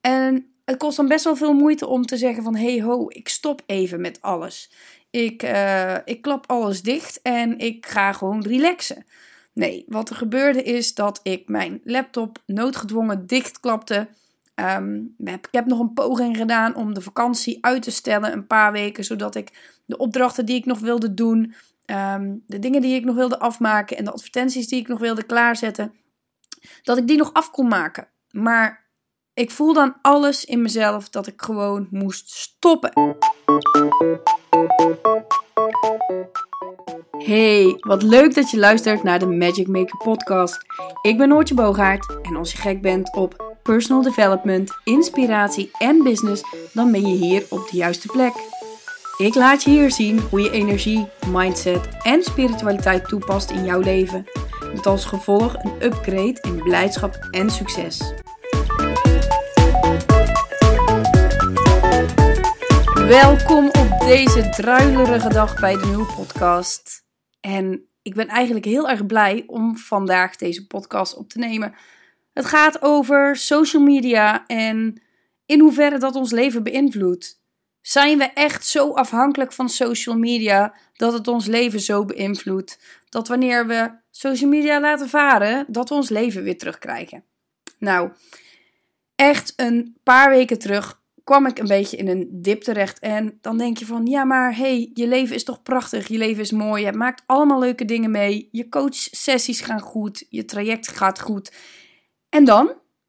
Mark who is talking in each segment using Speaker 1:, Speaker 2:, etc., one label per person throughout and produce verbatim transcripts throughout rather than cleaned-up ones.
Speaker 1: En het kost dan best wel veel moeite om te zeggen van... hey ho, ik stop even met alles. Ik, uh, ik klap alles dicht en ik ga gewoon relaxen. Nee, wat er gebeurde is dat ik mijn laptop noodgedwongen dichtklapte. Um, ik heb nog een poging gedaan om de vakantie uit te stellen een paar weken. Zodat ik de opdrachten die ik nog wilde doen... Um, de dingen die ik nog wilde afmaken en de advertenties die ik nog wilde klaarzetten... dat ik die nog af kon maken. Maar... ik voel dan alles in mezelf dat ik gewoon moest stoppen. Hey, wat leuk dat je luistert naar de Magic Maker podcast. Ik ben Noortje Boogaard en als je gek bent op personal development, inspiratie en business, dan ben je hier op de juiste plek. Ik laat je hier zien hoe je energie, mindset en spiritualiteit toepast in jouw leven. Met als gevolg een upgrade in blijdschap en succes. Welkom op deze druilerige dag bij de nieuwe podcast. En ik ben eigenlijk heel erg blij om vandaag deze podcast op te nemen. Het gaat over social media en in hoeverre dat ons leven beïnvloedt. Zijn we echt zo afhankelijk van social media dat het ons leven zo beïnvloedt? Dat wanneer we social media laten varen, dat we ons leven weer terugkrijgen? Nou, echt een paar weken terug kwam ik een beetje in een dip terecht. En dan denk je van, ja maar hey, je leven is toch prachtig, je leven is mooi. Je maakt allemaal leuke dingen mee. Je coachsessies gaan goed, je traject gaat goed. En dan?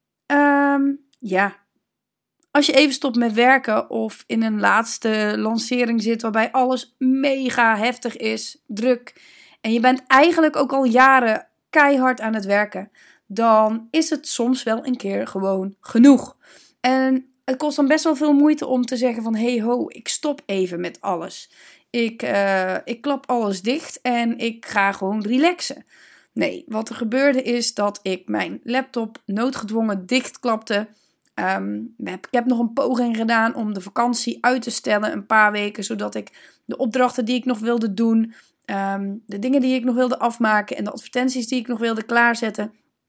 Speaker 1: Um, ja, als je even stopt met werken of in een laatste lancering zit waarbij alles mega heftig is, druk. En je bent eigenlijk ook al jaren keihard aan het werken. Dan is het soms wel een keer gewoon genoeg. En het kost dan best wel veel moeite om te zeggen van... hey ho, ik stop even met alles. Ik, uh, ik klap alles dicht en ik ga gewoon relaxen. Nee, wat er gebeurde is dat ik mijn laptop noodgedwongen dichtklapte. Um, ik heb nog een poging gedaan om de vakantie uit te stellen een paar weken. Zodat ik de opdrachten die ik nog wilde doen... Um, de dingen die ik nog wilde afmaken en de advertenties die ik nog wilde klaarzetten...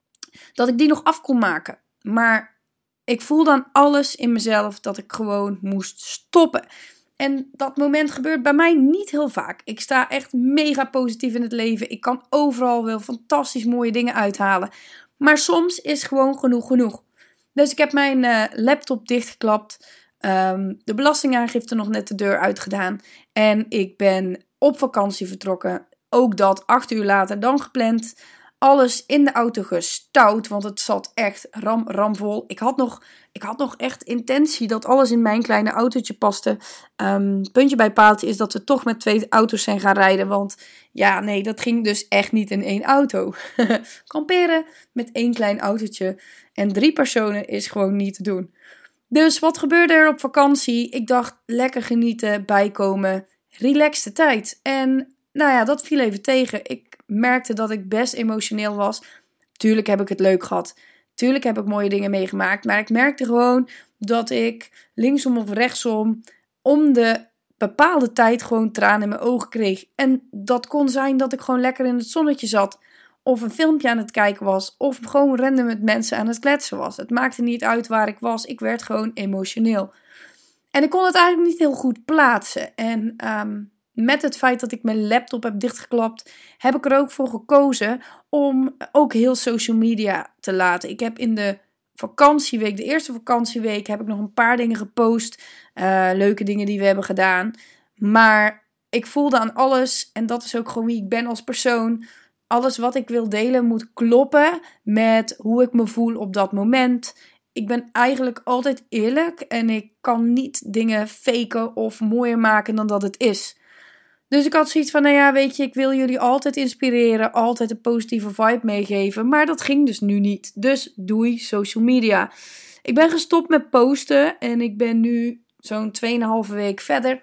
Speaker 1: dat ik die nog af kon maken. Maar... ik voel dan alles in mezelf dat ik gewoon moest stoppen. En dat moment gebeurt bij mij niet heel vaak. Ik sta echt mega positief in het leven. Ik kan overal wel fantastisch mooie dingen uithalen. Maar soms is gewoon genoeg genoeg. Dus ik heb mijn uh, laptop dichtgeklapt. Um, de belastingaangifte nog net de deur uitgedaan. En ik ben op vakantie vertrokken. Ook dat acht uur later dan gepland. Alles in de auto gestouwd, want het zat echt ram, ramvol. Ik had nog, ik had nog echt intentie dat alles in mijn kleine autootje paste. Um, puntje bij paaltje is dat we toch met twee auto's zijn gaan rijden. Want ja, nee, dat ging dus echt niet in één auto. Kamperen met één klein autootje en drie personen is gewoon niet te doen. Dus wat gebeurde er op vakantie? Ik dacht, lekker genieten, bijkomen, relaxte tijd. En nou ja, dat viel even tegen. Ik merkte dat ik best emotioneel was. Tuurlijk heb ik het leuk gehad. Tuurlijk heb ik mooie dingen meegemaakt. Maar ik merkte gewoon dat ik linksom of rechtsom om de bepaalde tijd gewoon tranen in mijn ogen kreeg. En dat kon zijn dat ik gewoon lekker in het zonnetje zat. Of een filmpje aan het kijken was. Of gewoon random met mensen aan het kletsen was. Het maakte niet uit waar ik was. Ik werd gewoon emotioneel. En ik kon het eigenlijk niet heel goed plaatsen. En... Um, met het feit dat ik mijn laptop heb dichtgeklapt, heb ik er ook voor gekozen om ook heel social media te laten. Ik heb in de vakantieweek, de eerste vakantieweek, heb ik nog een paar dingen gepost. Uh, leuke dingen die we hebben gedaan. Maar ik voelde aan alles, en dat is ook gewoon wie ik ben als persoon. Alles wat ik wil delen moet kloppen met hoe ik me voel op dat moment. Ik ben eigenlijk altijd eerlijk en ik kan niet dingen faken of mooier maken dan dat het is. Dus ik had zoiets van, nou ja, weet je, ik wil jullie altijd inspireren, altijd een positieve vibe meegeven. Maar dat ging dus nu niet. Dus doei social media. Ik ben gestopt met posten en ik ben nu zo'n tweeënhalve week verder.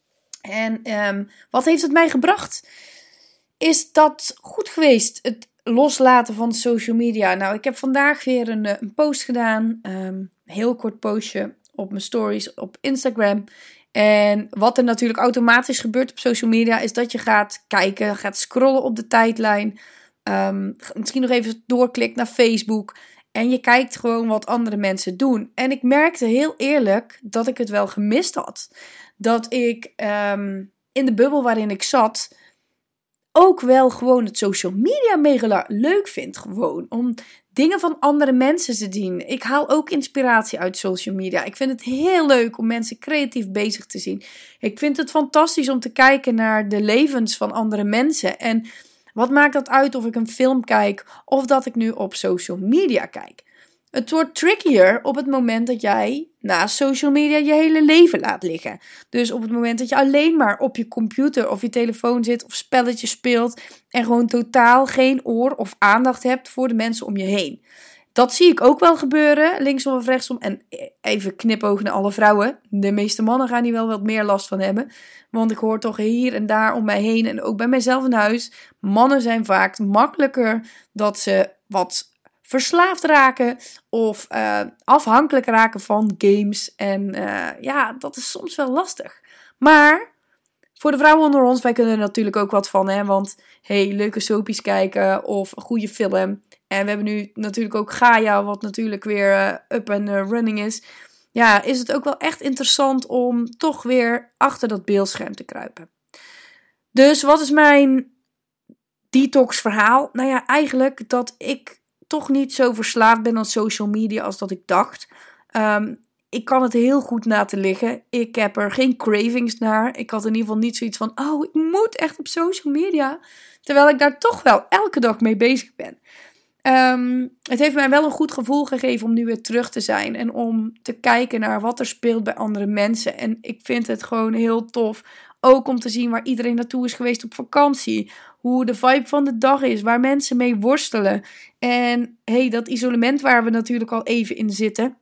Speaker 1: En um, wat heeft het mij gebracht? Is dat goed geweest, het loslaten van social media? Nou, ik heb vandaag weer een, een post gedaan. Um, een heel kort postje op mijn stories op Instagram. En wat er natuurlijk automatisch gebeurt op social media is dat je gaat kijken, gaat scrollen op de tijdlijn. Um, misschien nog even doorklikt naar Facebook. En je kijkt gewoon wat andere mensen doen. En ik merkte heel eerlijk dat ik het wel gemist had. Dat ik um, in de bubbel waarin ik zat ook wel gewoon het social media mega leuk vind. Gewoon om dingen van andere mensen te zien. Ik haal ook inspiratie uit social media. Ik vind het heel leuk om mensen creatief bezig te zien. Ik vind het fantastisch om te kijken naar de levens van andere mensen. En wat maakt dat uit of ik een film kijk of dat ik nu op social media kijk? Het wordt trickier op het moment dat jij naast social media je hele leven laat liggen. Dus op het moment dat je alleen maar op je computer of je telefoon zit of spelletjes speelt en gewoon totaal geen oor of aandacht hebt voor de mensen om je heen. Dat zie ik ook wel gebeuren, linksom of rechtsom. En even knipoog naar alle vrouwen. De meeste mannen gaan hier wel wat meer last van hebben. Want ik hoor toch hier en daar om mij heen en ook bij mijzelf in huis. Mannen zijn vaak makkelijker dat ze wat verslaafd raken of uh, afhankelijk raken van games. En uh, ja, dat is soms wel lastig. Maar voor de vrouwen onder ons, wij kunnen er natuurlijk ook wat van. Hè? Want hey, leuke soapies kijken of een goede film. En we hebben nu natuurlijk ook Gaia, wat natuurlijk weer uh, up and uh, running is. Ja, is het ook wel echt interessant om toch weer achter dat beeldscherm te kruipen. Dus wat is mijn detox verhaal? Nou ja, eigenlijk dat ik toch niet zo verslaafd ben aan social media als dat ik dacht. Um, ik kan het heel goed laten liggen. Ik heb er geen cravings naar. Ik had in ieder geval niet zoiets van, oh, ik moet echt op social media. Terwijl ik daar toch wel elke dag mee bezig ben. Um, het heeft mij wel een goed gevoel gegeven om nu weer terug te zijn. En om te kijken naar wat er speelt bij andere mensen. En ik vind het gewoon heel tof. Ook om te zien waar iedereen naartoe is geweest op vakantie. Hoe de vibe van de dag is. Waar mensen mee worstelen. En hey, dat isolement waar we natuurlijk al even in zitten.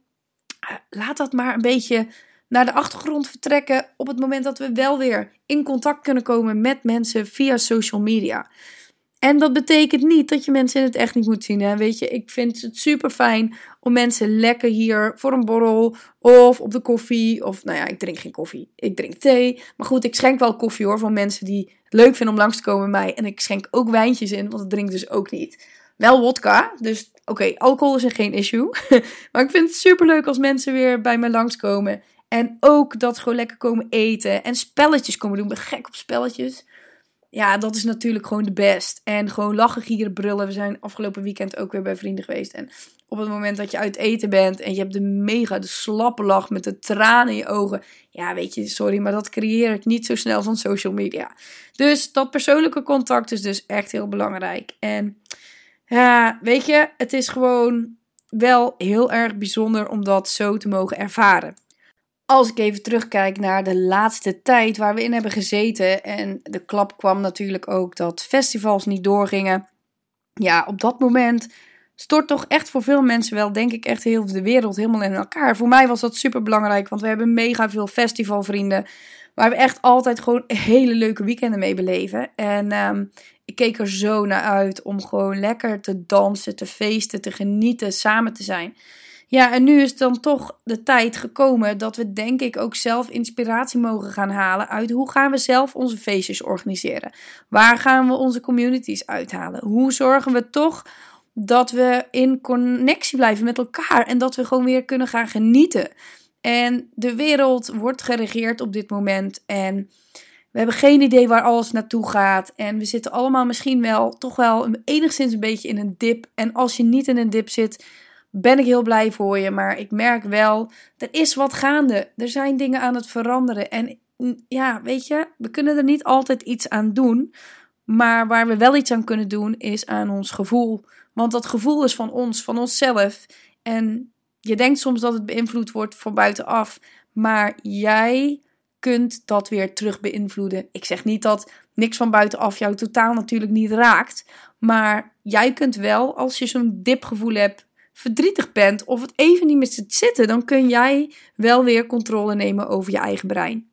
Speaker 1: Laat dat maar een beetje naar de achtergrond vertrekken. Op het moment dat we wel weer in contact kunnen komen met mensen via social media. En dat betekent niet dat je mensen in het echt niet moet zien. Hè? Weet je, ik vind het super fijn om mensen lekker hier voor een borrel of op de koffie. Of nou ja, ik drink geen koffie. Ik drink thee. Maar goed, ik schenk wel koffie hoor van mensen die het leuk vinden om langs te komen bij mij. En ik schenk ook wijntjes in, want dat drink ik dus ook niet. Wel wodka, dus oké, okay, alcohol is er geen issue. Maar ik vind het super leuk als mensen weer bij me langskomen. En ook dat ze gewoon lekker komen eten en spelletjes komen doen. Ik ben gek op spelletjes. Ja, dat is natuurlijk gewoon de best. En gewoon lachen, gieren, brullen. We zijn afgelopen weekend ook weer bij vrienden geweest. En op het moment dat je uit eten bent en je hebt de mega, de slappe lach met de tranen in je ogen. Ja, weet je, sorry, maar dat creëer ik niet zo snel van social media. Dus dat persoonlijke contact is dus echt heel belangrijk. En ja, weet je, het is gewoon wel heel erg bijzonder om dat zo te mogen ervaren. Als ik even terugkijk naar de laatste tijd waar we in hebben gezeten. En de klap kwam natuurlijk ook dat festivals niet doorgingen. Ja, op dat moment stort toch echt voor veel mensen wel, denk ik, echt heel de wereld helemaal in elkaar. Voor mij was dat super belangrijk, want we hebben mega veel festivalvrienden. Waar we echt altijd gewoon hele leuke weekenden mee beleven. En um, ik keek er zo naar uit om gewoon lekker te dansen, te feesten, te genieten, samen te zijn. Ja, en nu is dan toch de tijd gekomen dat we denk ik ook zelf inspiratie mogen gaan halen uit hoe gaan we zelf onze feestjes organiseren. Waar gaan we onze communities uithalen? Hoe zorgen we toch dat we in connectie blijven met elkaar en dat we gewoon weer kunnen gaan genieten. En de wereld wordt geregeerd op dit moment en we hebben geen idee waar alles naartoe gaat. En we zitten allemaal misschien wel toch wel enigszins een beetje in een dip. En als je niet in een dip zit, ben ik heel blij voor je. Maar ik merk wel, er is wat gaande. Er zijn dingen aan het veranderen. En ja, weet je, we kunnen er niet altijd iets aan doen. Maar waar we wel iets aan kunnen doen, is aan ons gevoel. Want dat gevoel is van ons, van onszelf. En je denkt soms dat het beïnvloed wordt van buitenaf. Maar jij kunt dat weer terug beïnvloeden. Ik zeg niet dat niks van buitenaf jou totaal natuurlijk niet raakt. Maar jij kunt wel, als je zo'n dipgevoel hebt, verdrietig bent of het even niet meer zit zitten, dan kun jij wel weer controle nemen over je eigen brein.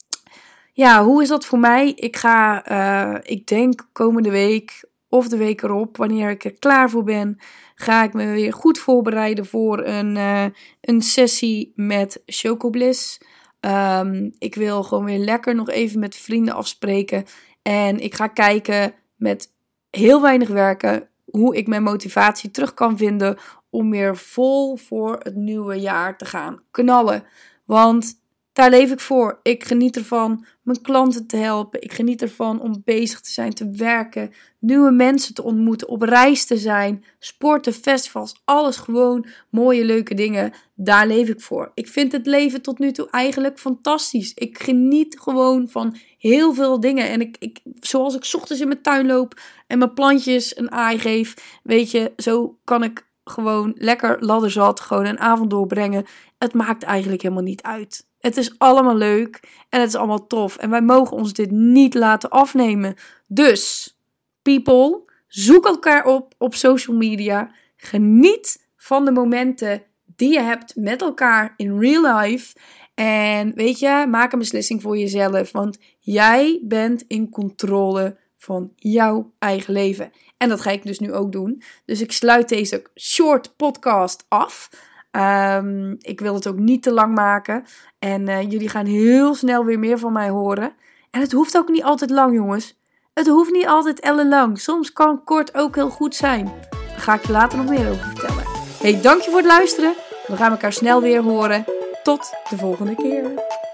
Speaker 1: Ja, hoe is dat voor mij? Ik ga, uh, ik denk komende week of de week erop, wanneer ik er klaar voor ben, ga ik me weer goed voorbereiden voor een, uh, een sessie met Chocobliss. Um, ik wil gewoon weer lekker nog even met vrienden afspreken. En ik ga kijken met heel weinig werken hoe ik mijn motivatie terug kan vinden om weer vol voor het nieuwe jaar te gaan knallen. Want daar leef ik voor. Ik geniet ervan mijn klanten te helpen. Ik geniet ervan om bezig te zijn, te werken. Nieuwe mensen te ontmoeten, op reis te zijn. Sporten, festivals, alles gewoon mooie, leuke dingen. Daar leef ik voor. Ik vind het leven tot nu toe eigenlijk fantastisch. Ik geniet gewoon van heel veel dingen. En ik, ik, zoals ik 's ochtends in mijn tuin loop en mijn plantjes een aai geef. Weet je, zo kan ik gewoon lekker ladderzat gewoon een avond doorbrengen. Het maakt eigenlijk helemaal niet uit. Het is allemaal leuk en het is allemaal tof. En wij mogen ons dit niet laten afnemen. Dus, people, zoek elkaar op op social media. Geniet van de momenten die je hebt met elkaar in real life. En weet je, maak een beslissing voor jezelf. Want jij bent in controle van jouw eigen leven. En dat ga ik dus nu ook doen. Dus ik sluit deze short podcast af. Um, ik wil het ook niet te lang maken. En uh, jullie gaan heel snel weer meer van mij horen. En het hoeft ook niet altijd lang, jongens. Het hoeft niet altijd ellenlang. Soms kan kort ook heel goed zijn. Daar ga ik je later nog meer over vertellen. Hey, dank je voor het luisteren. We gaan elkaar snel weer horen. Tot de volgende keer.